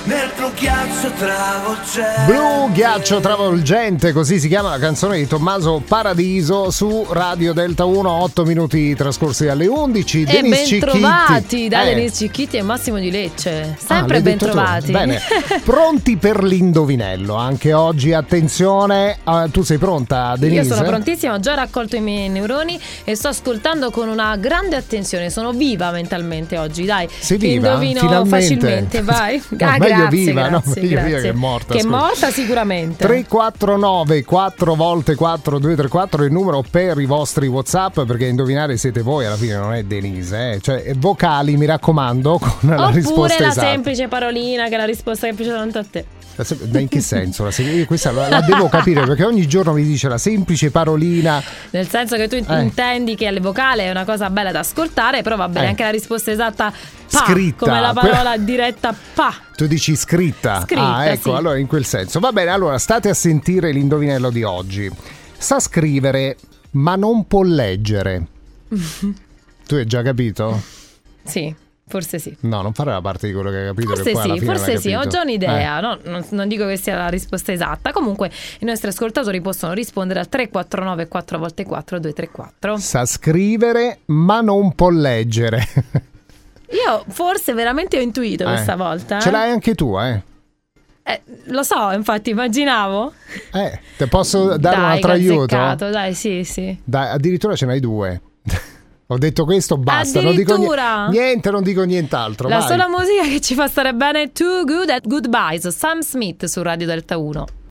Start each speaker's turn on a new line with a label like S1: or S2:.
S1: nel blu ghiaccio travolgente.
S2: Blu ghiaccio travolgente, così si chiama la canzone di Tommaso Paradiso su Radio Delta 1, 8 minuti trascorsi alle 11.
S3: E
S2: Denis
S3: bentrovati
S2: Cicchitti.
S3: da Denis Cicchitti e Massimo di Lecce. Sempre
S2: l'hai detto tu.
S3: bentrovati.
S2: Bene, pronti per l'indovinello anche oggi, attenzione. Tu sei pronta, Denise?
S3: Io sono prontissima, ho già raccolto i miei neuroni e sto ascoltando con una grande attenzione. Sono viva mentalmente oggi, dai.
S2: Sei
S3: che
S2: viva?
S3: indovino
S2: Finalmente.
S3: facilmente, vai.
S2: No, meglio viva, no? Meglio viva
S3: grazie.
S2: che è morta.
S3: Che è
S2: scusa.
S3: morta sicuramente.
S2: 349 4 volte 4 234 è il numero per i vostri WhatsApp, perché indovinare siete voi, alla fine non è Denise, cioè vocali, mi raccomando, con la risposta
S3: Oppure la
S2: esatta.
S3: semplice parolina, che è la risposta che piace tanto a te.
S2: Ma in che senso? Io questa la devo capire, perché ogni giorno mi dice la semplice parolina.
S3: Nel senso che tu intendi che alle vocali è una cosa bella da ascoltare, però va bene anche la risposta esatta pa,
S2: scritta,
S3: come la parola diretta pa.
S2: Tu dici scritta?
S3: Scritta,
S2: ecco,
S3: sì.
S2: allora in quel senso. Va bene, allora state a sentire l'indovinello di oggi. Sa scrivere, ma non può leggere. Tu hai già capito?
S3: Sì. Forse sì.
S2: No, non fare la parte di quello che hai capito.
S3: Forse
S2: che poi alla
S3: sì,
S2: fine non
S3: forse
S2: hai
S3: sì, ho
S2: capito.
S3: già un'idea. No, non dico che sia la risposta esatta. Comunque i nostri ascoltatori possono rispondere al 349 4 volte 4 234.
S2: Sa scrivere, ma non può leggere.
S3: Io forse veramente ho intuito questa volta.
S2: Ce l'hai anche tu,
S3: Lo so, infatti, immaginavo.
S2: Te posso dare un
S3: Dai,
S2: altro
S3: che ho
S2: aiuto?
S3: azzeccato, dai, sì.
S2: Dai, addirittura ce n'hai due. Ho detto questo, basta. Non dico
S3: Addirittura?
S2: niente, non dico nient'altro.
S3: La
S2: vai.
S3: sola musica che ci fa stare bene è Too Good at Goodbyes, Sam Smith su Radio Delta 1.